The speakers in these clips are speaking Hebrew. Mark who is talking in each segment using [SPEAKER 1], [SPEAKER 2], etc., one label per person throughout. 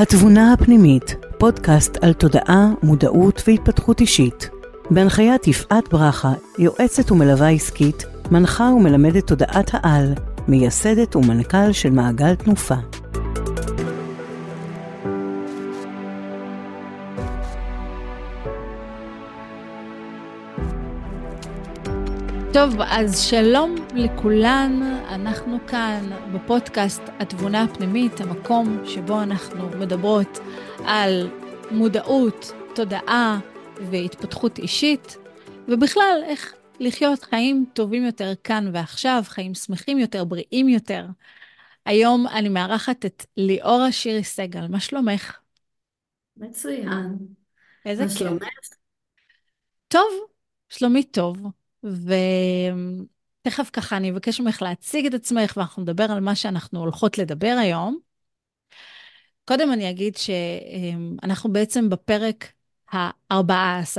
[SPEAKER 1] התבונה הפנימית, פודקאסט על תודעה, מודעות והתפתחות אישית. בהנחיית יפעת ברכה, יועצת ומלווה עסקית, מנחה ומלמדת תודעת העל, מייסדת ומנכ"ל של מעגל תנופה.
[SPEAKER 2] טוב, אז שלום לכולן, אנחנו כאן בפודקאסט התבונה הפנימית, המקום שבו אנחנו מדברות על מודעות, תודעה והתפתחות אישית, ובכלל איך לחיות חיים טובים יותר כאן ועכשיו, חיים שמחים יותר, בריאים יותר. היום אני מארחת את ליאורה שירי סגל, מה שלומך?
[SPEAKER 3] מצוין.
[SPEAKER 2] איזה
[SPEAKER 3] מה
[SPEAKER 2] כיף.
[SPEAKER 3] שלומך?
[SPEAKER 2] טוב, שלומי טוב, ותכף ככה אני אבקש ממך להציג את עצמך, ואנחנו נדבר על מה שאנחנו הולכות לדבר היום. קודם אני אגיד שאנחנו בעצם בפרק ה-14,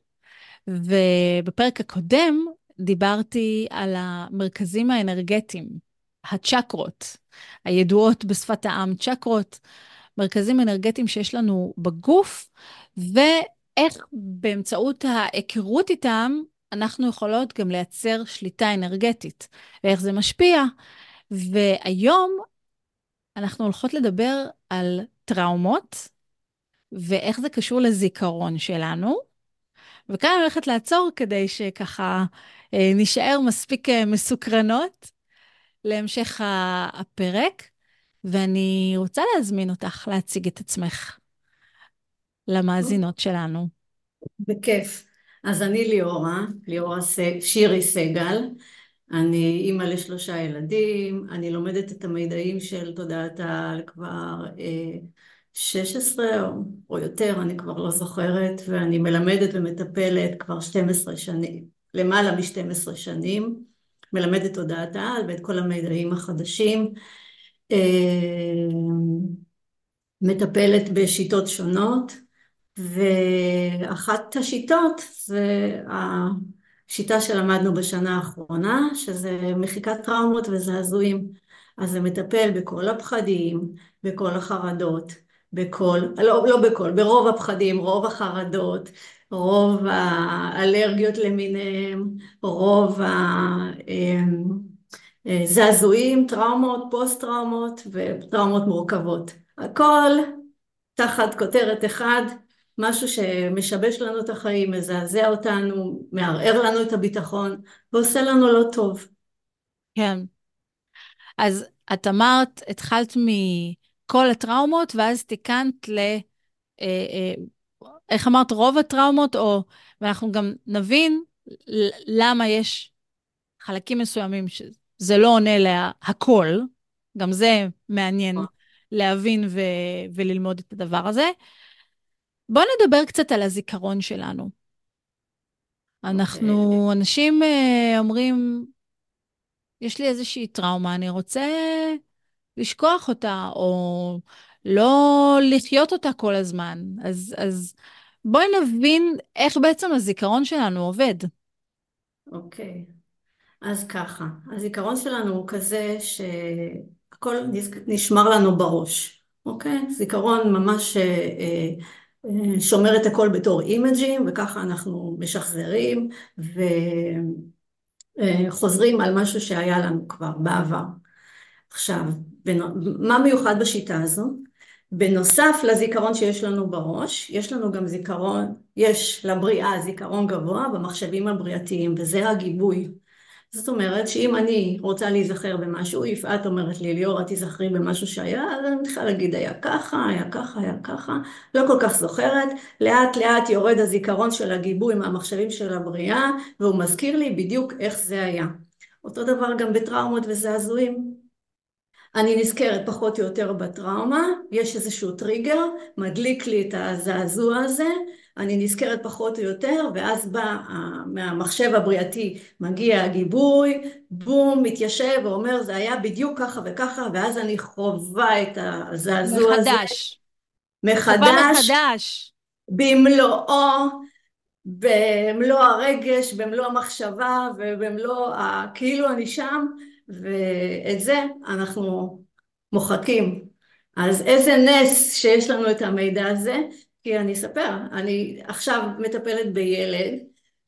[SPEAKER 2] ובפרק הקודם דיברתי על המרכזים האנרגטיים, הצ'קרות, הידועות בשפת העם צ'קרות, מרכזים אנרגטיים שיש לנו בגוף, ואיך באמצעות ההיכרות איתם, אנחנו יכולות גם לייצר שליטה אנרגטית, ואיך זה משפיע. והיום אנחנו הולכות לדבר על טראומות, ואיך זה קשור לזיכרון שלנו, וכאן אני הולכת לעצור כדי שככה נשאר מספיק מסוקרנות להמשך הפרק, ואני רוצה להזמין אותך להציג את עצמך למאזינות שלנו.
[SPEAKER 3] בכיף. אז אני ליאורה שירי סגל. אני אימא לשלושה ילדים. אני לומדת את המידעים של תודעת העל כבר 16 או יותר, אני כבר לא זוכרת, ואני מלמדת ומטפלת כבר 12 שנים, למעלה מ-12 שנים, מלמדת תודעת העל ואת כל המידעים החדשים. מטפלת בשיטות שונות, ואחת השיטות זה השיטה שלמדנו בשנה האחרונה, שזה מחיקת טראומות וזעזועים. אז זה מטפל בכל הפחדים, בכל החרדות, ברוב הפחדים, רוב החרדות, רוב האלרגיות למיניהם, רוב זעזועים, טראומות, פוסט טראומות וטראומות מורכבות. הכל תחת כותרת אחד, משהו שמשבש לנו את החיים, מזעזע אותנו, מערער לנו את הביטחון, ועושה לנו לא טוב.
[SPEAKER 2] כן. אז את אמרת, התחלת מכל הטראומות, ואז תיקנת איך אמרת, רוב הטראומות, ואנחנו גם נבין למה יש חלקים מסוימים שזה לא עונה להכל, גם זה מעניין להבין וללמוד את הדבר הזה. בואו נדבר קצת על הזיכרון שלנו. אנשים אומרים, יש לי איזושהי טראומה, אני רוצה לשכוח אותה, או לא לחיות אותה כל הזמן. אז בואי נבין איך בעצם הזיכרון שלנו עובד.
[SPEAKER 3] אוקיי. אז ככה, הזיכרון שלנו הוא כזה שהכל נשמר לנו בראש. אוקיי? זיכרון ממש שומר את הכל בתור אימג'ים, וככה אנחנו משחזרים וחוזרים על משהו שהיה לנו כבר בעבר. עכשיו, מה מיוחד בשיטה הזו? בנוסף לזיכרון שיש לנו בראש, יש לנו גם זיכרון, יש לבריאה זיכרון גבוה במחשבים הבריאתיים, וזה הגיבוי. זאת אומרת שאם אני רוצה להיזכר במשהו, יפעת אומרת לי, ליאורה, תיזכרי במשהו שהיה, אז אני מתחילה להגיד, היה ככה, היה ככה, היה ככה, לא כל כך זוכרת, לאט לאט יורד הזיכרון של הגיבוי מהמחשבים של הבריאה, והוא מזכיר לי בדיוק איך זה היה. אותו דבר גם בטראומות וזעזועים. אני נזכרת פחות או יותר בטראומה, יש איזשהו טריגר, מדליק לי את הזעזוע הזה, אני נזכרת פחות או יותר, ואז בא מהמחשב הבריאתי, מגיע הגיבוי, בום, מתיישב ואומר, זה היה בדיוק ככה וככה, ואז אני חווה את הזעזוע הזה. מחדש. במלואו, במלוא הרגש, במלוא המחשבה, ובמלוא, כאילו אני שם, ואת זה אנחנו מוחקים. אז איזה נס שיש לנו את המידע הזה, כי אני אספר, אני עכשיו מטפלת בילד,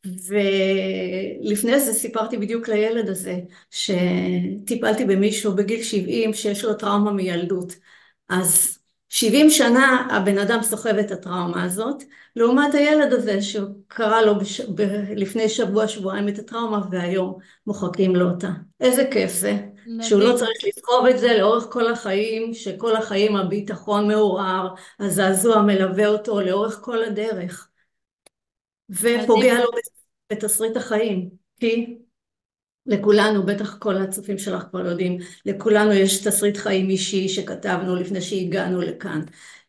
[SPEAKER 3] ולפני זה סיפרתי בדיוק לילד הזה, שטיפלתי במישהו בגיל 70 שיש לו טראומה מילדות. אז 70 שנה הבן אדם סוחב את הטראומה הזאת, לעומת הילד הזה שקרה לו לפני שבוע, שבועיים את הטראומה, והיום מוחקים לו אותה. איזה כיף זה. שהוא לא
[SPEAKER 2] מדהים.
[SPEAKER 3] צריך לסחוב את זה לאורך כל החיים, שכל החיים הביטחון מעורער, הזעזוע מלווה אותו לאורך כל הדרך,
[SPEAKER 2] מדהים.
[SPEAKER 3] ופוגע לו בתסריט החיים. כי לכולנו, בטח כל הצופים שלך כבר יודעים, לכולנו יש תסריט חיים אישי שכתבנו לפני שהגענו לכאן.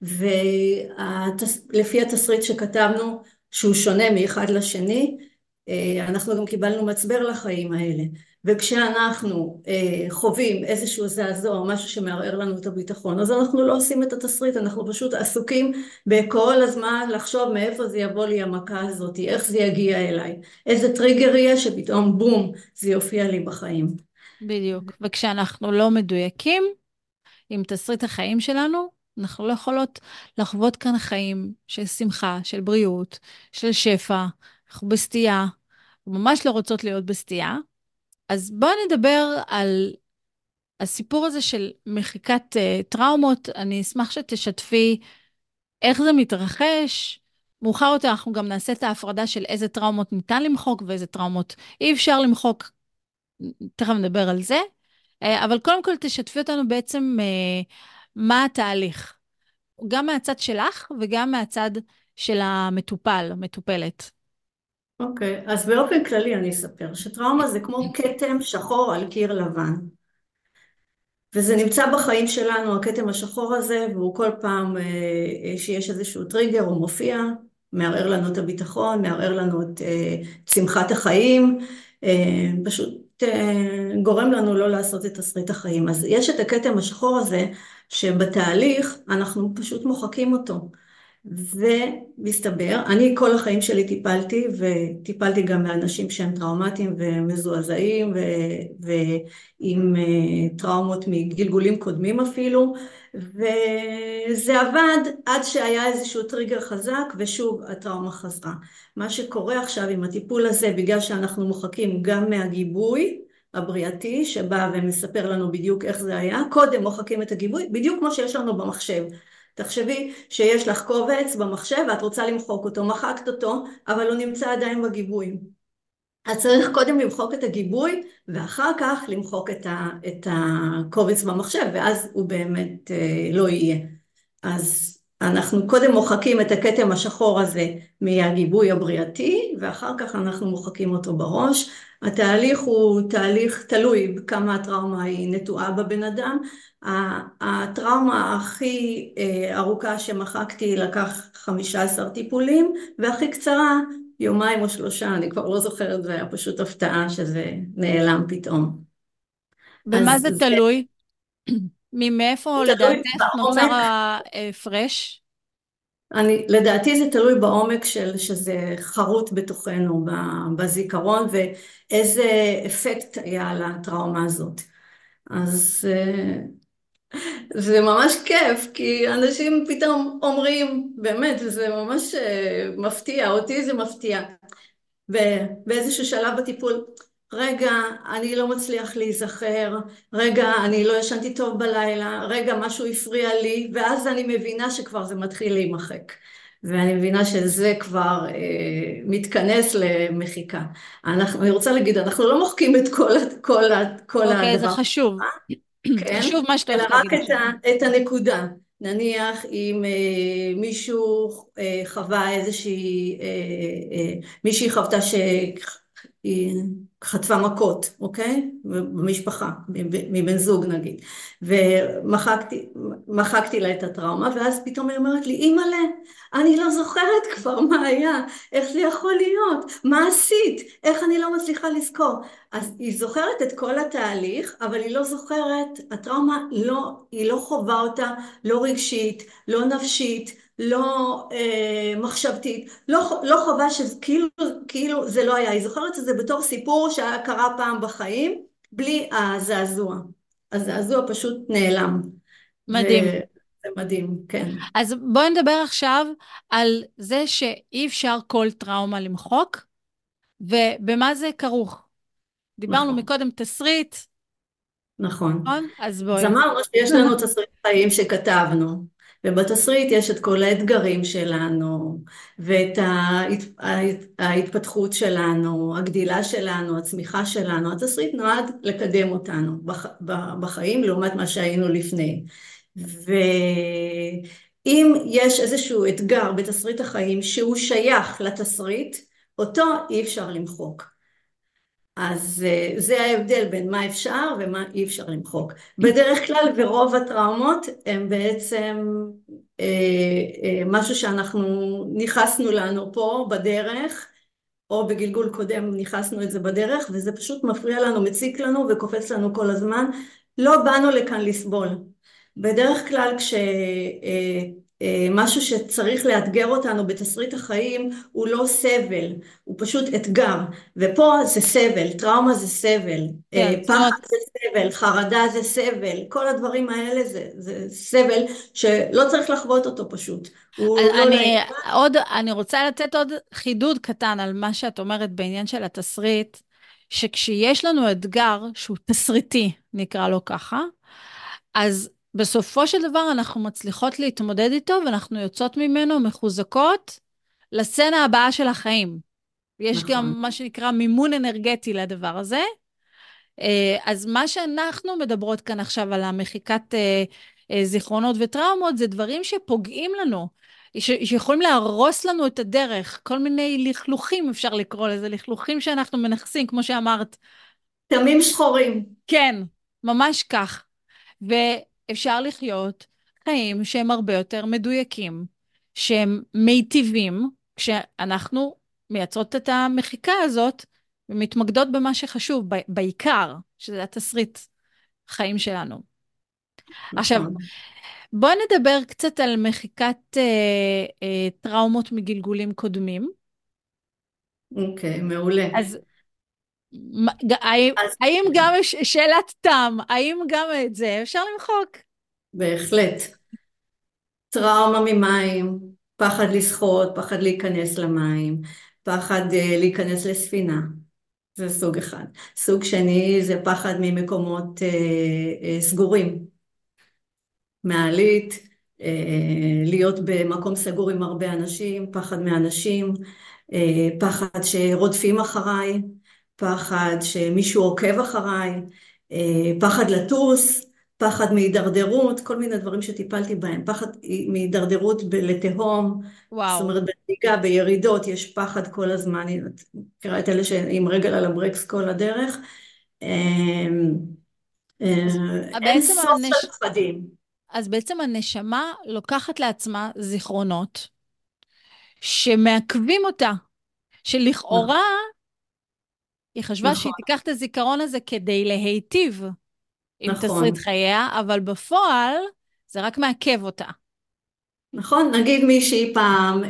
[SPEAKER 3] ולפי התסריט שכתבנו, שהוא שונה מאחד לשני, אנחנו גם קיבלנו מצבר לחיים האלה. וכשאנחנו חווים איזשהו זעזוע או משהו שמערער לנו את הביטחון, אז אנחנו לא עושים את התסריט, אנחנו פשוט עסוקים בכל הזמן לחשוב מאיפה זה יבוא לי המכה הזאת, איך זה יגיע אליי, איזה טריגר יהיה שפתאום בום, זה יופיע לי בחיים.
[SPEAKER 2] בדיוק. וכשאנחנו לא מדויקים עם תסריט החיים שלנו, אנחנו לא יכולות לחוות כאן חיים של שמחה, של בריאות, של שפע, אנחנו בסטייה, ממש לא רוצות להיות בסטייה. אז בואו נדבר על הסיפור הזה של מחיקת טראומות. אני אשמח שתשתפי איך זה מתרחש. מאוחר יותר אנחנו גם נעשה את ההפרדה של איזה טראומות ניתן למחוק ואיזה טראומות אי אפשר למחוק. תכף נדבר על זה. אבל קודם כל תשתפי אותנו בעצם מה התהליך. גם מהצד שלך וגם מהצד של המטופל, המטופלת.
[SPEAKER 3] אוקיי, אז באופן כללי אני אספר שטראומה זה כמו כתם שחור על קיר לבן. וזה נמצא בחיים שלנו, הכתם השחור הזה, והוא כל פעם שיש איזשהו טריגר, הוא מופיע, מערער לנו את הביטחון, מערער לנו את שמחת החיים, פשוט גורם לנו לא לעשות את תסריט החיים. אז יש את הכתם השחור הזה, שבתהליך אנחנו פשוט מוחקים אותו. ומסתבר, אני כל החיים שלי טיפלתי, וטיפלתי גם באנשים שהם טראומטיים ומזועזעים, ועם טראומות מגלגולים קודמים אפילו, וזה עבד עד שהיה איזשהו טריגר חזק, ושוב הטראומה חזרה. מה שקורה עכשיו עם הטיפול הזה, בגלל שאנחנו מוחקים גם מהגיבוי הבריאתי, שבא ומספר לנו בדיוק איך זה היה, קודם מוחקים את הגיבוי, בדיוק כמו שיש לנו במחשב. תחשבי שיש לך קובץ במחשב ואת רוצה למחוק אותו, מחקת אותו, אבל הוא נמצא עדיין בגיבוי. אז צריך קודם למחוק את הגיבוי, ואחר כך למחוק את הקובץ במחשב, ואז הוא באמת לא יהיה. אז אנחנו קודם מוחקים את הכתם השחור הזה מהגיבוי הבריאתי, ואחר כך אנחנו מוחקים אותו בראש. התהליך הוא תהליך תלוי בכמה הטראומה היא נטועה בבן אדם. הטראומה הכי ארוכה שמחקתי לקח 15 טיפולים, והכי קצרה יומיים או 3, אני כבר לא זוכרת, זה היה פשוט הפתעה שזה נעלם פתאום.
[SPEAKER 2] במה זה תלוי? מאיפה
[SPEAKER 3] זה תלוי
[SPEAKER 2] לדעתך נוצר
[SPEAKER 3] בעומק,
[SPEAKER 2] ההפרש?
[SPEAKER 3] לדעתי זה תלוי בעומק שזה חרוט בתוכנו, בזיכרון, ואיזה אפקט היה על הטראומה הזאת. אז זה ממש כיף, כי אנשים פתאום אומרים, באמת, וזה ממש מפתיע, אותי זה מפתיע. ובאיזשהו שלב בטיפול, רגע, אני לא מצליח להיזכר, רגע, אני לא ישנתי טוב בלילה, רגע, משהו הפריע לי, ואז אני מבינה שכבר זה מתחיל להימחק. ואני מבינה שזה כבר מתכנס למחיקה. אני רוצה להגיד, אנחנו לא מוחקים את כל
[SPEAKER 2] אוקיי, זה
[SPEAKER 3] הדבר.
[SPEAKER 2] חשוב.
[SPEAKER 3] כן?
[SPEAKER 2] חשוב מה שאת
[SPEAKER 3] אלא
[SPEAKER 2] הולכת
[SPEAKER 3] רק
[SPEAKER 2] להגיד עכשיו.
[SPEAKER 3] את הנקודה. נניח אם מישהו חווה מישהי חוותה שהיא חטפה מכות, אוקיי? במשפחה, מבן זוג נגיד. ומחקתי לה את הטראומה, ואז פתאום היא אומרת לי, אימא'לה, אני לא זוכרת כבר מה היה, איך זה יכול להיות, מה עשית, איך אני לא מצליחה לזכור. אז היא זוכרת את כל התהליך, אבל היא לא זוכרת, הטראומה היא לא חווה אותה, לא רגשית, לא נפשית, לא מחשבתית, לא חווה כאילו זה לא היה, היא זוכרת את זה בתור סיפור שקרה פעם בחיים, בלי הזעזוע. הזעזוע פשוט נעלם.
[SPEAKER 2] מדהים.
[SPEAKER 3] זה מדהים, כן.
[SPEAKER 2] אז בואי נדבר עכשיו על זה שאי אפשר כל טראומה למחוק, ובמה זה כרוך. דיברנו
[SPEAKER 3] נכון,
[SPEAKER 2] מקודם תסריט,
[SPEAKER 3] נכון.
[SPEAKER 2] נכון? אז
[SPEAKER 3] אז
[SPEAKER 2] בואי.
[SPEAKER 3] אמרנו שיש לנו תסריט חיים שכתבנו, ובתסריט יש את כל האתגרים שלנו, ואת ההתפתחות שלנו, הגדילה שלנו, הצמיחה שלנו. התסריט נועד לקדם אותנו בחיים לעומת מה שהיינו לפני. ואם יש איזשהו אתגר בתסריט החיים שהוא שייך לתסריט, אותו אי אפשר למחוק. אז זה ההבדל בין מה אפשר ומה אי אפשר למחוק. בדרך כלל ורוב הטראומות הם בעצם משהו שאנחנו ניחסנו לנו פה בדרך, או בגלגול קודם ניחסנו את זה בדרך, וזה פשוט מפריע לנו, מציק לנו וקופץ לנו כל הזמן. לא באנו לכאן לסבול. בדרך כלל כשמשהו שצריך לאתגר אותנו בתסריט החיים הוא לא סבל, הוא פשוט אתגר. ופה זה סבל, טראומה זה סבל,
[SPEAKER 2] כן, זאת
[SPEAKER 3] פחד
[SPEAKER 2] אומרת,
[SPEAKER 3] זה סבל, חרדה זה סבל, כל הדברים האלה זה סבל שלא צריך לחוות אותו פשוט. הוא לא נעים.
[SPEAKER 2] אני רוצה לתת עוד חידוד קטן על מה שאת אומרת בעניין של התסריט, שכשיש לנו אתגר שהוא תסריטי, נקרא לו ככה, אז בסופו של דבר אנחנו מצליחות להתמודד איתו, ואנחנו יוצאות ממנו מחוזקות לסצנה הבאה של החיים. יש
[SPEAKER 3] נכון.
[SPEAKER 2] גם מה שנקרא מימון אנרגטי לדבר הזה. אז מה שאנחנו מדברות כאן עכשיו על המחיקת זיכרונות וטראומות, זה דברים שפוגעים לנו, שיכולים להרוס לנו את הדרך, כל מיני לכלוכים אפשר לקרוא לזה, לכלוכים שאנחנו מנכסים, כמו שאמרת.
[SPEAKER 3] תמים שחורים.
[SPEAKER 2] כן, ממש כך. ואפשר לחיות חיים שהם הרבה יותר מדויקים, שהם מיטיבים, כשאנחנו מייצרות את המחיקה הזאת, ומתמקדות במה שחשוב, בעיקר, שזה התסריט חיים שלנו. עכשיו,
[SPEAKER 3] נכון.
[SPEAKER 2] בואו נדבר קצת על מחיקת טראומות מגלגולים קודמים.
[SPEAKER 3] אוקיי, מעולה.
[SPEAKER 2] אז האם גם שאלת תם, האם גם את זה אפשר למחוק?
[SPEAKER 3] בהחלט. טראומה ממים, פחד לשחות, פחד להיכנס למים, פחד להיכנס לספינה. זה סוג אחד. סוג שני זה פחד ממקומות סגורים. מעלית, להיות במקום סגור עם הרבה אנשים, פחד מאנשים, פחד שרודפים אחריי, פחד שמישהו עוקב אחריי, פחד לטוס, פחד מהידרדרות, כל מיני דברים שטיפלתי בהם, פחד מהידרדרות לתהום, זאת
[SPEAKER 2] וואו.
[SPEAKER 3] אומרת בנהיגה, בירידות, יש פחד כל הזמן, את מכירה את אלה שעם רגל על הברקס כל הדרך, אין
[SPEAKER 2] בעצם
[SPEAKER 3] סוף של פחדים.
[SPEAKER 2] אז בעצם הנשמה לוקחת לעצמה זיכרונות שמעכבים אותה, שלכאורה היא חשבה
[SPEAKER 3] נכון,
[SPEAKER 2] שהיא תיקח את הזיכרון הזה כדי להיטיב עם תסריט
[SPEAKER 3] נכון.
[SPEAKER 2] חייה, אבל בפועל זה רק מעכב אותה.
[SPEAKER 3] נכון, נגיד מישהי פעם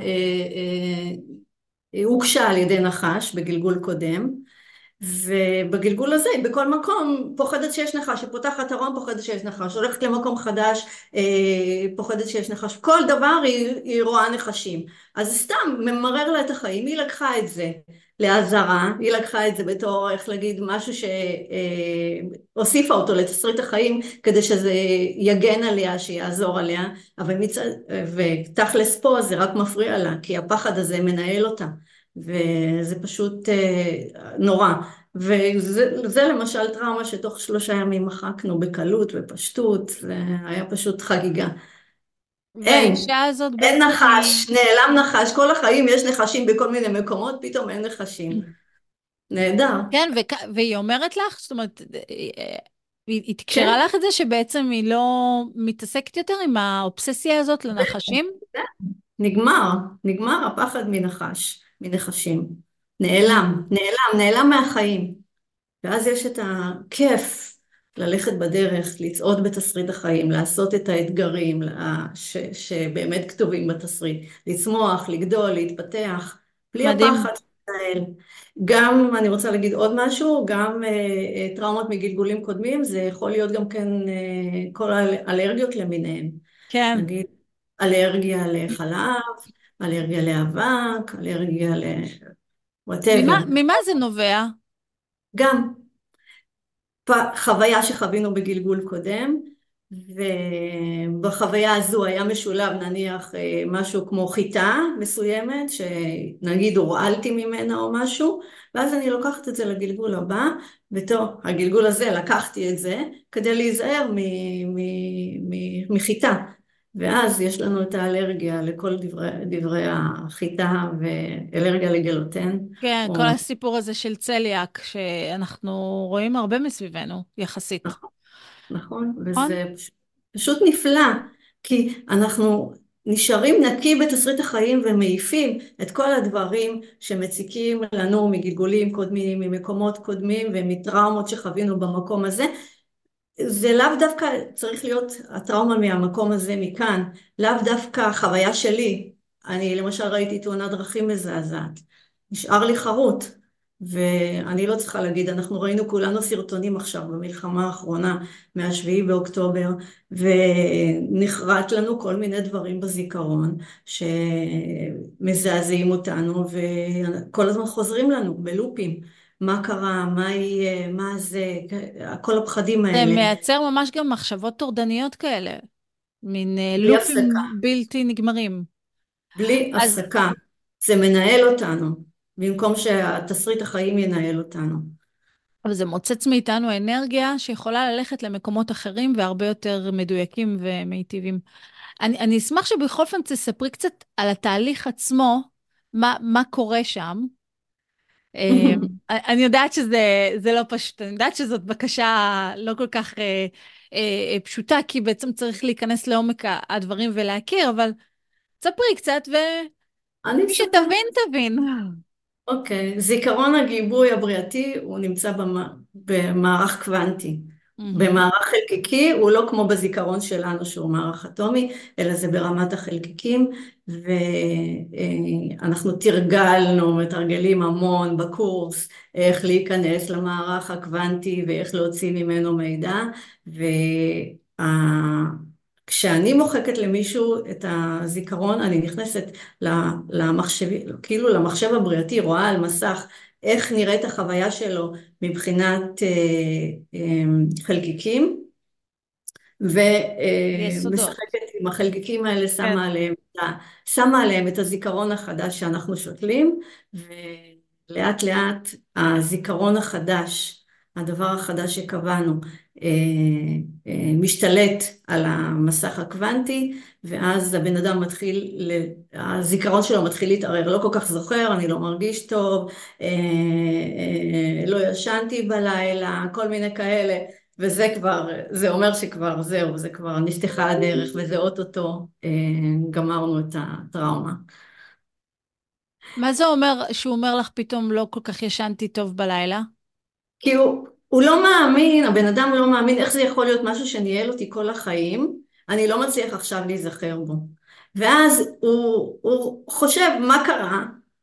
[SPEAKER 3] הוגשה על ידי נחש בגלגול קודם, ובגלגול הזה, בכל מקום, פוחדת שיש נחש, שפותחת ארון, פוחדת שיש נחש, הולכת למקום חדש, פוחדת שיש נחש, כל דבר היא רואה נחשים. אז זה סתם ממרר לה את החיים, היא לקחה את זה להזרה, היא לקחה את זה בתור, איך להגיד, משהו שהוסיפה אותו לתסריט החיים, כדי שזה יגן עליה, שיעזור עליה, אבל ותכלס פה זה רק מפריע לה, כי הפחד הזה מנהל אותה. וזה פשוט נורא. וזה למשל טראומה שתוך 3 ימים מחקנו בקלות ופשטות, זה היה פשוט חגיגה. אין,
[SPEAKER 2] והאישה הזאת
[SPEAKER 3] אין
[SPEAKER 2] בעצם היא...
[SPEAKER 3] נחש, נעלם נחש, כל החיים יש נחשים בכל מיני מקומות, פתאום אין נחשים. נהדר,
[SPEAKER 2] כן, והיא אומרת לך, זאת אומרת, היא
[SPEAKER 3] כן,
[SPEAKER 2] תקשרה לך את זה שבעצם היא לא מתעסקת יותר עם האובססיה הזאת לנחשים?
[SPEAKER 3] נגמר, נגמר הפחד מנחש, מנחשים. נעלם, נעלם, נעלם מהחיים. ואז יש את הכיף ללכת בדרך, לצעוד בתסריט החיים, לעשות את האתגרים שבאמת כתובים בתסריט, לצמוח, לגדול, להתפתח, בלי
[SPEAKER 2] מדהים.
[SPEAKER 3] הפחד של ישראל. גם, אני רוצה להגיד עוד משהו, גם טראומות מגלגולים קודמים, זה יכול להיות גם כן כל האלרגיות למיניהם.
[SPEAKER 2] כן.
[SPEAKER 3] נגיד אלרגיה לחלב, אלרגיה לאבק, אלרגיה whatever.
[SPEAKER 2] ממה זה נובע?
[SPEAKER 3] גם חוויה שחווינו בגלגול קודם, ובחוויה הזו היה משולב נניח משהו כמו חיטה מסוימת, שנגיד הורעלתי ממנה או משהו, ואז אני לוקחת את זה לגלגול הבא, בתור הגלגול הזה לקחתי את זה כדי להיזהר מחיטה, ואז יש לנו את האלרגיה לכל דברי החיטה ואלרגיה לגלוטן.
[SPEAKER 2] כן, כל
[SPEAKER 3] או
[SPEAKER 2] הסיפור הזה של צליאק, שאנחנו רואים הרבה מסביבנו, יחסית.
[SPEAKER 3] נכון,
[SPEAKER 2] נכון?
[SPEAKER 3] וזה פשוט נפלא, כי אנחנו נשארים נקי בתסריט החיים ומעיפים את כל הדברים שמציקים לנו מגלגולים קודמים, ממקומות קודמים ומטראומות שחווינו במקום הזה. זה לאו דווקא צריך להיות הטראומה מהמקום הזה מכאן, לאו דווקא החוויה שלי. אני למשל ראיתי תאונת דרכים מזעזעת, נשאר לי חרוט, ואני לא צריכה להגיד, אנחנו ראינו כולנו סרטונים עכשיו במלחמה האחרונה מה-7 באוקטובר, ונחרט לנו כל מיני דברים בזיכרון שמזעזעים אותנו, וכל הזמן חוזרים לנו בלופים. מה קרה, מה יהיה, מה זה, כל הפחדים
[SPEAKER 2] זה
[SPEAKER 3] האלה,
[SPEAKER 2] מייצר ממש גם מחשבות טורדניות כאלה, מין
[SPEAKER 3] בלי הפסקה,
[SPEAKER 2] לופים בלתי נגמרים.
[SPEAKER 3] בלי
[SPEAKER 2] אז
[SPEAKER 3] הפסקה. זה מנהל אותנו, במקום שהתסריט החיים ינהל אותנו.
[SPEAKER 2] אבל זה מוצץ מאיתנו אנרגיה שיכולה ללכת למקומות אחרים והרבה יותר מדויקים ומיטיבים. אני אשמח שבכל פעם תספרי קצת על התהליך עצמו, מה קורה שם. אני יודעת שזה לא פשוט, אני יודעת שזאת בקשה לא כל כך פשוטה, כי בעצם צריך להיכנס לעומק הדברים ולהכיר, אבל ספרי קצת,
[SPEAKER 3] אני
[SPEAKER 2] ומי
[SPEAKER 3] אספר.
[SPEAKER 2] שתבין, תבין.
[SPEAKER 3] אוקיי, זיכרון הגיבוי הבריאתי הוא נמצא במערך קוונטי.
[SPEAKER 2] מהמם.
[SPEAKER 3] במערך חלקיקי הוא לא כמו בזיכרון שלנו שהוא מערך אטומי, אלא זה ברמת החלקיקים, ואנחנו תרגלנו, מתרגלים המון בקורס איך להיכנס למערך הקוונטי ואיך להוציא ממנו מידע, וכשאני מוחקת למישהו את הזיכרון, אני נכנסת למחשב, כאילו למחשב הבריאתי, רואה על מסך איך נראית החוויה שלו מבחינת חלקיקים,
[SPEAKER 2] יסודות.
[SPEAKER 3] ומשחקת עם החלקיקים האלה,
[SPEAKER 2] כן.
[SPEAKER 3] שמה עליהם את הזיכרון החדש שאנחנו שותלים, ולאט לאט הזיכרון החדש, הדבר החדש שקבענו, משתלט על המסך הקוונטי, ואז הבן אדם מתחיל, הזיכרון שלו מתחיל להתערער, לא כל כך זוכר, אני לא מרגיש טוב, לא ישנתי בלילה, כל מיני כאלה, וזה כבר, זה אומר שכבר זהו, זה כבר נפתחה הדרך, וזה אוטוטו גמרנו את הטראומה.
[SPEAKER 2] מה זה אומר שהוא אומר לך פתאום לא כל כך ישנתי טוב בלילה?
[SPEAKER 3] כי הוא לא מאמין, הבן אדם לא מאמין איך זה יכול להיות משהו שניהל אותי כל החיים, אני לא מצליח עכשיו להיזכר בו. ואז הוא חושב מה קרה,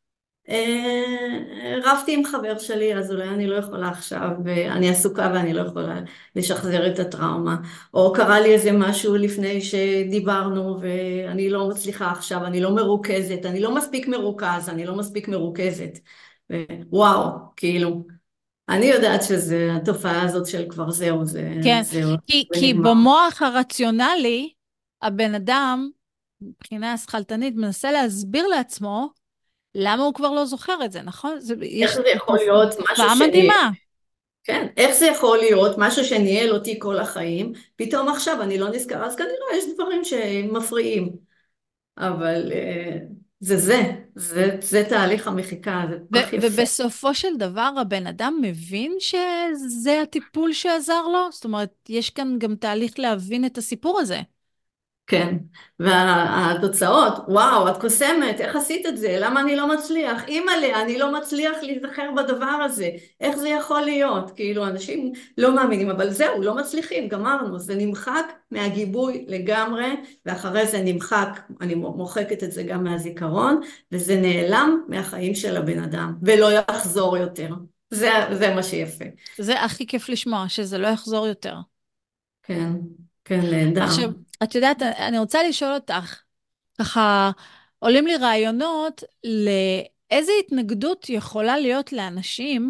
[SPEAKER 3] רבתי עם חבר שלי, אז אולי אני לא יכולה עכשיו, ואני עסוקה ואני לא יכולה לשחזר את הטראומה, או קרה לי איזה משהו לפני שדיברנו ואני לא מצליחה עכשיו, אני לא מרוכזת, אני לא מספיק מרוכז, אני לא מספיק מרוכזת. וואו, כאילו, אני יודעת שזה התופעה הזאת של כבר זהו,
[SPEAKER 2] כן,
[SPEAKER 3] זהו, זה
[SPEAKER 2] כי
[SPEAKER 3] נגמר.
[SPEAKER 2] במוח הרציונלי, הבן אדם, מבחינה שכלתנית, מנסה להסביר לעצמו למה הוא כבר לא זוכר את זה, נכון?
[SPEAKER 3] איך
[SPEAKER 2] יש
[SPEAKER 3] זה יכול להיות משהו
[SPEAKER 2] תופעה מדהימה.
[SPEAKER 3] כן, איך זה יכול להיות משהו שניהל אותי כל החיים, פתאום עכשיו אני לא נזכר, אז כנראה יש דברים שמפריעים, אבל זה תהליך המחיקה, זה כל כך יפה.
[SPEAKER 2] ובסופו של דבר הבן אדם מבין שזה הטיפול שעזר לו? זאת אומרת, יש כאן גם תהליך להבין את הסיפור הזה.
[SPEAKER 3] כן, והתוצאות, וואו, את קוסמת, איך עשית את זה? למה אני לא מצליח? אימא'לה, אני לא מצליח להיזכר בדבר הזה. איך זה יכול להיות? כאילו, אנשים לא מאמינים, אבל זהו, לא מצליחים, גמרנו. זה נמחק מהגיבוי לגמרי, ואחרי זה נמחק, אני מוחקת את זה גם מהזיכרון, וזה נעלם מהחיים של הבן אדם, ולא יחזור יותר. זה מה שיפה.
[SPEAKER 2] זה הכי כיף לשמוע, שזה לא יחזור יותר.
[SPEAKER 3] כן, כן, נהדר.
[SPEAKER 2] עכשיו, את יודעת, אני רוצה לשאול אותך, ככה עולים לי רעיונות לאיזה התנגדות יכולה להיות לאנשים,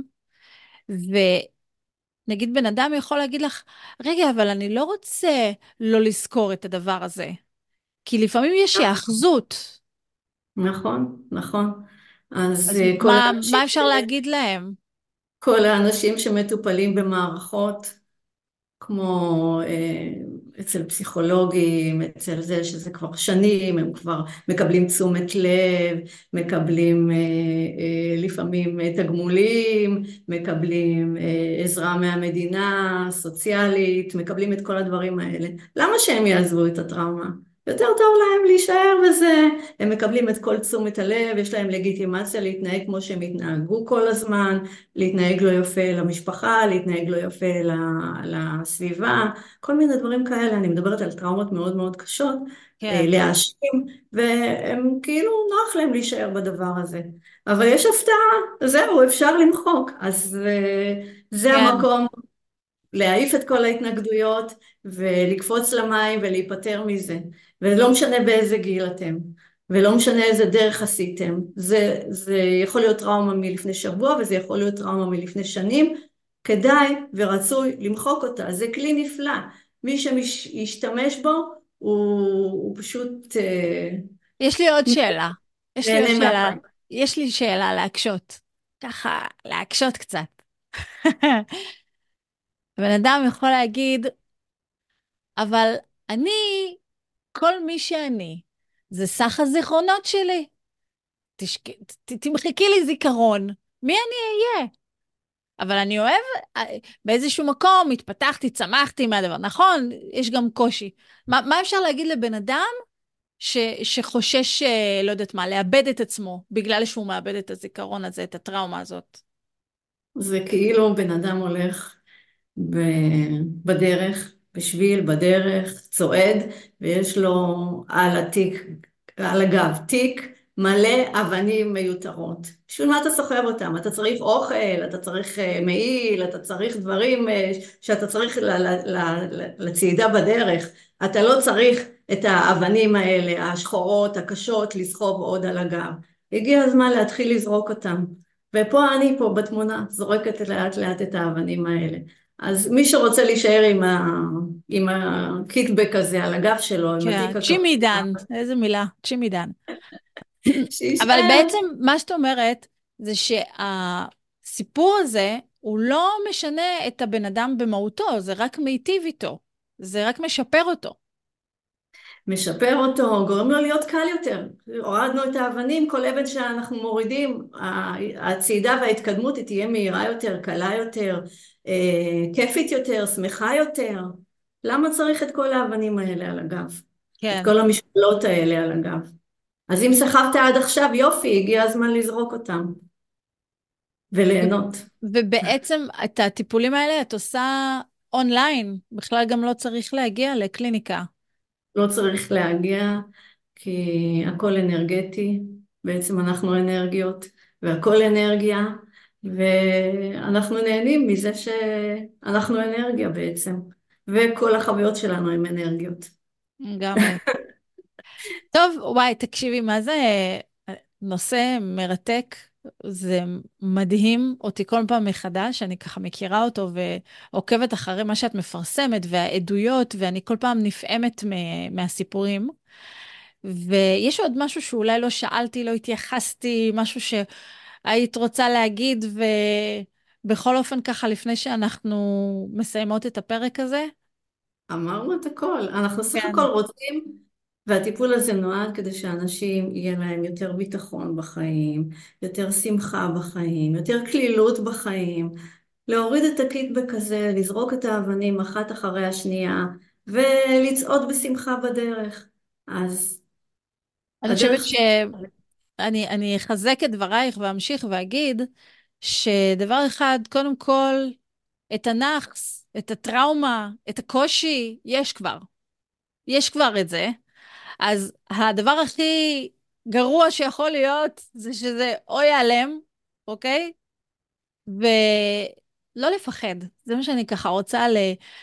[SPEAKER 2] ונגיד בן אדם יכול להגיד לך, רגע, אבל אני לא רוצה לא לזכור את הדבר הזה, כי לפעמים יש היאחזות,
[SPEAKER 3] נכון, נכון. אז
[SPEAKER 2] אז
[SPEAKER 3] כל
[SPEAKER 2] מה
[SPEAKER 3] האנשים,
[SPEAKER 2] אפשר להגיד להם?
[SPEAKER 3] כל האנשים שמטופלים במערכות, כמו אצל פסיכולוגים, אצל זה שזה כבר שנים, הם כבר מקבלים תשומת לב, מקבלים לפעמים תגמולים, מקבלים עזרה מהמדינה, סוציאלית, מקבלים את כל הדברים האלה. למה שהם יעזבו את הטראומה? יותר טוב להם להישאר בזה, הם מקבלים את כל תשומת הלב, יש להם לגיטימציה להתנהג כמו שהם התנהגו כל הזמן, להתנהג לא יפה למשפחה, להתנהג לא יפה לסביבה, כל מיני דברים כאלה. אני מדברת על טראומות מאוד מאוד קשות,
[SPEAKER 2] כן,
[SPEAKER 3] להאשים, והם כאילו נוח להם להישאר בדבר הזה. אבל יש הפתעה, זהו, אפשר למחוק. אז זה
[SPEAKER 2] כן.
[SPEAKER 3] המקום להעיף את כל ההתנגדויות ולקפוץ למים ולהיפטר מזה. ולא משנה באיזה גיל אתם, ולא משנה איזה דרך עשיתם. זה יכול להיות טראומה מלפני שבוע, וזה יכול להיות טראומה מלפני שנים. כדאי ורצוי למחוק אותה. זה כלי נפלא. מי שישתמש בו, הוא פשוט
[SPEAKER 2] יש לי עוד שאלה. יש לי עוד
[SPEAKER 3] נהנה
[SPEAKER 2] שאלה.
[SPEAKER 3] מהחיים.
[SPEAKER 2] יש לי שאלה להקשות. ככה, להקשות קצת. בן אדם יכול להגיד, אבל אני, כל מי שאני, זה סך הזיכרונות שלי. תמחקי לי זיכרון. מי אני אהיה? אבל אני אוהב, באיזשהו מקום התפתחתי, צמחתי מהדבר. נכון, יש גם קושי. מה אפשר להגיד לבן אדם שחושש, לא יודעת מה, לאבד את עצמו, בגלל שהוא מאבד את הזיכרון הזה, את הטראומה הזאת?
[SPEAKER 3] זה כאילו בן אדם הולך בדרך, בשביל, בדרך, צועד, ויש לו על התיק, על הגב, תיק מלא אבנים מיותרות. בשביל מה אתה סוחב אותם? אתה צריך אוכל, אתה צריך מעיל, אתה צריך דברים שאתה צריך לצעידה בדרך. אתה לא צריך את האבנים האלה, השחורות, הקשות, לסחוב עוד על הגב. הגיע הזמן להתחיל לזרוק אותם. ופה אני פה בתמונה, זורקת לאט לאט את האבנים האלה. אז מי שרוצה להישאר עם הקיטבק הזה על הגב שלו, עם
[SPEAKER 2] כן,
[SPEAKER 3] התיק הכבד,
[SPEAKER 2] צ'ימידן, איזה מילה, צ'ימידן. אבל
[SPEAKER 3] שיישאר.
[SPEAKER 2] בעצם מה שאת אומרת זה שהסיפור הזה הוא לא משנה את הבן אדם במהותו, זה רק מיטיב איתו, זה רק משפר אותו.
[SPEAKER 3] משפר אותו, גורם לו להיות קל יותר. הורדנו את האבנים, כל אבן שאנחנו מורידים, הצעידה וההתקדמות היא תהיה מהירה יותר, קלה יותר, כיפית יותר, שמחה יותר. למה צריך את כל האבנים האלה על הגב? את
[SPEAKER 2] כן.
[SPEAKER 3] כל המשקולות האלה על הגב? אז אם סחבת עד עכשיו, יופי, הגיע הזמן לזרוק אותם וליהנות.
[SPEAKER 2] ובעצם את הטיפולים האלה את עושה אונליין, בכלל גם לא צריך להגיע לקליניקה.
[SPEAKER 3] לא צריך להגיע, כי הכל אנרגטי, בעצם אנחנו אנרגיות, והכל אנרגיה, ואנחנו נהנים מזה שאנחנו אנרגיה בעצם, וכל החוויות שלנו הן אנרגיות.
[SPEAKER 2] לגמרי. טוב, וואי, תקשיבי, מה זה נושא מרתק? זה מדהים אותי כל פעם מחדש, אני ככה מכירה אותו ועוקבת אחרי מה שאת מפרסמת והעדויות, ואני כל פעם נפעמת מהסיפורים. ויש עוד משהו שאולי לא שאלתי, לא התייחסתי, משהו שהיית רוצה להגיד, ובכל אופן ככה לפני שאנחנו מסיימות את הפרק הזה?
[SPEAKER 3] אמרנו את הכל, אנחנו סך
[SPEAKER 2] כן.
[SPEAKER 3] הכל רוצים, והטיפול הזה נועד כדי שאנשים יהיה להם יותר ביטחון בחיים, יותר שמחה בחיים, יותר כלילות בחיים, להוריד את הקיטבג הזה, לזרוק את האבנים אחת אחרי השנייה, ולצעוד בשמחה בדרך. אז
[SPEAKER 2] אני חושבת
[SPEAKER 3] הדרך,
[SPEAKER 2] שאני אחזק את דברייך ואמשיך ואגיד שדבר אחד, קודם כל, את הנאחס, את הטראומה, את הקושי, יש כבר. יש כבר את זה. אז הדבר הכי גרוע שיכול להיות זה שזה או ייעלם, אוקיי? ולא לפחד. זה מה שאני ככה רוצה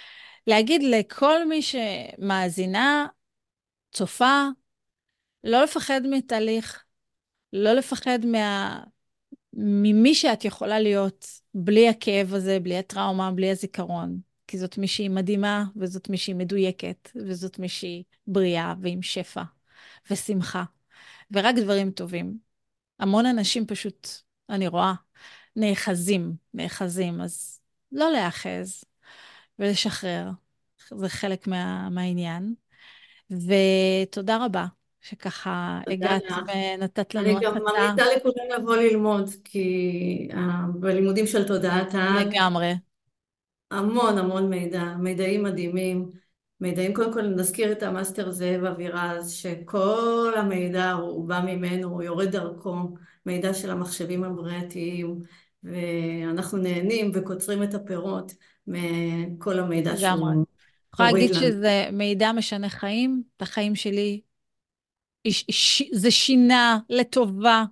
[SPEAKER 2] להגיד לכל מי שמאזינה, צופה, לא לפחד מתהליך, לא לפחד ממי שאת יכולה להיות, בלי הכאב הזה, בלי הטראומה, בלי הזיכרון. כי זאת מישהי מדהימה, וזאת מישהי מדויקת, וזאת מישהי בריאה ועם שפע ושמחה, ורק דברים טובים. המון אנשים פשוט, אני רואה, נאחזים, אז לא להאחז ולשחרר. זה חלק מהעניין. ותודה רבה שככה
[SPEAKER 3] תודה
[SPEAKER 2] הגעת
[SPEAKER 3] לך.
[SPEAKER 2] ונתת
[SPEAKER 3] אני
[SPEAKER 2] לנו
[SPEAKER 3] גם
[SPEAKER 2] הצצה
[SPEAKER 3] ממליצה לכולם לבוא ללמוד, כי בלימודים של תודעת העל
[SPEAKER 2] לגמרי.
[SPEAKER 3] המון המון מידעים מדהימים. מידעים, קודם כל נזכיר את המאסטר זאב אבירז, שכל המידע הוא בא ממנו, הוא יורד דרכו, מידע של המחשבים הבריאתיים, ואנחנו נהנים וקוצרים את הפירות מכל המידע
[SPEAKER 2] לגמרי.
[SPEAKER 3] שהוא
[SPEAKER 2] יכולה
[SPEAKER 3] הוריד
[SPEAKER 2] להגיד
[SPEAKER 3] לנו.
[SPEAKER 2] שזה מידע משנה חיים, את החיים שלי, זה שינה לטובה.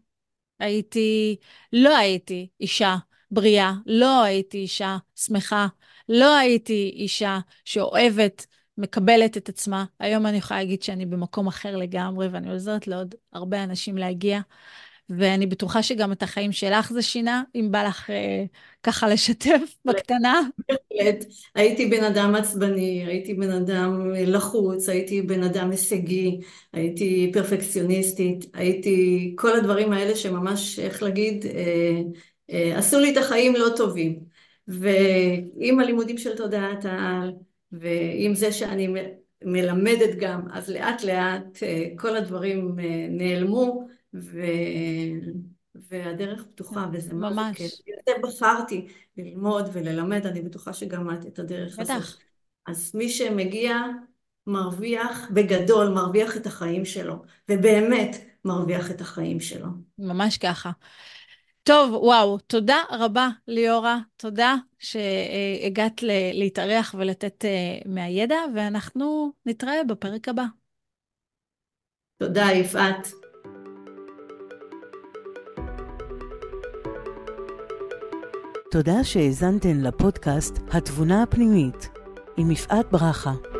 [SPEAKER 2] לא הייתי אישה בריאה, לא הייתי אישה שמחה, לא הייתי אישה שאוהבת, מקבלת את עצמה. היום אני יכולה להגיד שאני במקום אחר לגמרי, ואני עוזרת לעוד הרבה אנשים להגיע, ואני בטוחה שגם את החיים שלך זה שינה, אם בא לך ככה לשתף בקטנה.
[SPEAKER 3] בהחלט. הייתי בן אדם עצבני, הייתי בן אדם לחוץ, הייתי בן אדם הישגי, הייתי פרפקציוניסטית, הייתי כל הדברים האלה שממש, איך להגיד, עשו לי את החיים לא טובים. ועם הלימודים של תודעת העל, ועם זה שאני מלמדת גם, אז לאט לאט כל הדברים נעלמו, והדרך פתוחה, וזה מה זה כיף.
[SPEAKER 2] ממש,
[SPEAKER 3] יותר בחרתי ללמוד וללמד, אני בטוחה שגם את הדרך הזאת.
[SPEAKER 2] בטח.
[SPEAKER 3] אז מי שמגיע מרוויח בגדול, מרוויח את החיים שלו, ובאמת מרוויח את החיים שלו.
[SPEAKER 2] ממש ככה. טוב, וואו, תודה רבה ליאורה, תודה שהגעת להתארח ולתת מהידע, ואנחנו נתראה בפרק הבא.
[SPEAKER 3] תודה, יפעת.
[SPEAKER 1] תודה שהאזנתן לפודקאסט התבונה הפנימית עם יפעת ברכה.